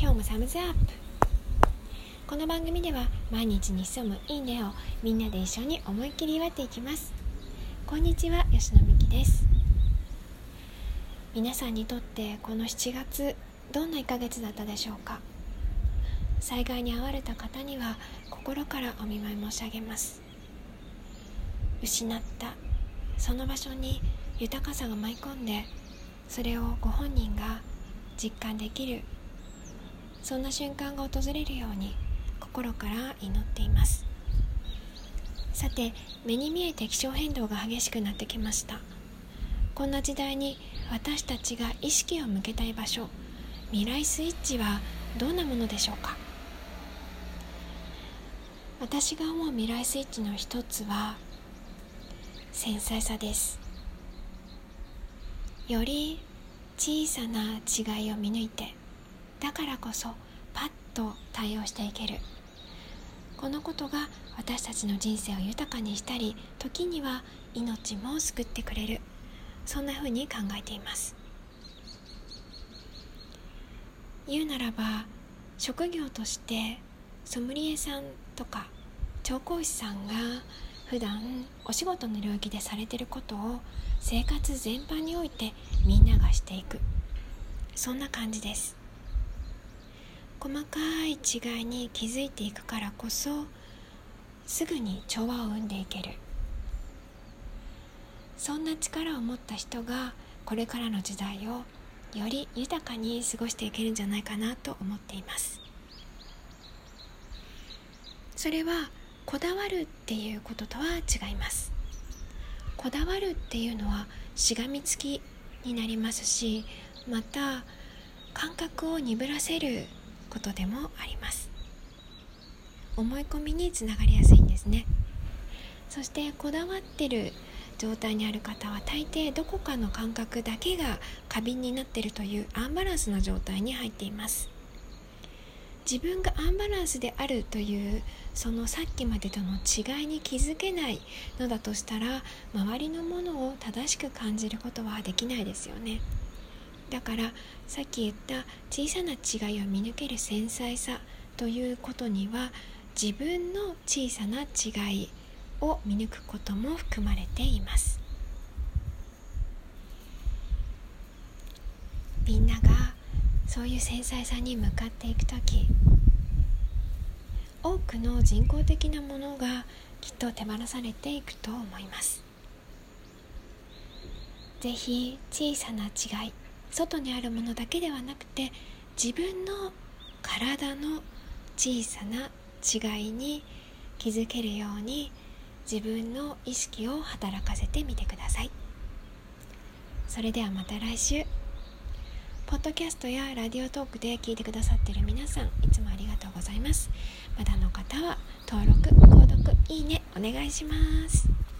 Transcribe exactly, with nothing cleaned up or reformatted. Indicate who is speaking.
Speaker 1: 今日もサムズアップ。この番組では毎日に潜むいいねをみんなで一緒に思いっきり祝っていきます。こんにちは、吉野美希です。皆さんにとってこのしちがつどんないっかげつだったでしょうか。災害に遭われた方には心からお見舞い申し上げます。失ったその場所に豊かさが舞い込んで、それをご本人が実感できる、そんな瞬間が訪れるように心から祈っています。さて、目に見えて気象変動が激しくなってきました。こんな時代に私たちが意識を向けたい場所、未来スイッチはどんなものでしょうか。私が思う未来スイッチの一つは繊細さです。より小さな違いを見抜いて、だからこそパッと対応していける、このことが私たちの人生を豊かにしたり、時には命も救ってくれる、そんなふうに考えています。言うならば、職業としてソムリエさんとか調香師さんが普段お仕事の領域でされていることを生活全般においてみんながしていく、そんな感じです。細かい違いに気づいていくからこそ、すぐに調和を生んでいける、そんな力を持った人がこれからの時代をより豊かに過ごしていけるんじゃないかなと思っています。それはこだわるっていうこととは違います。こだわるっていうのはしがみつきになりますし、また感覚を鈍らせることでもあります。思い込みにつながりやすいんですね。そしてこだわってる状態にある方は大抵どこかの感覚だけが過敏になっているというアンバランスの状態に入っています。自分がアンバランスであるというそのさっきまでとの違いに気づけないのだとしたら、周りのものを正しく感じることはできないですよね。だからさっき言った小さな違いを見抜ける繊細さということには、自分の小さな違いを見抜くことも含まれています。みんながそういう繊細さに向かっていくとき、多くの人工的なものがきっと手放されていくと思います。ぜひ小さな違い、外にあるものだけではなくて、自分の体の小さな違いに気づけるように、自分の意識を働かせてみてください。それではまた来週。ポッドキャストやラジオトークで聞いてくださっている皆さん、いつもありがとうございます。まだの方は登録、購読、いいねお願いします。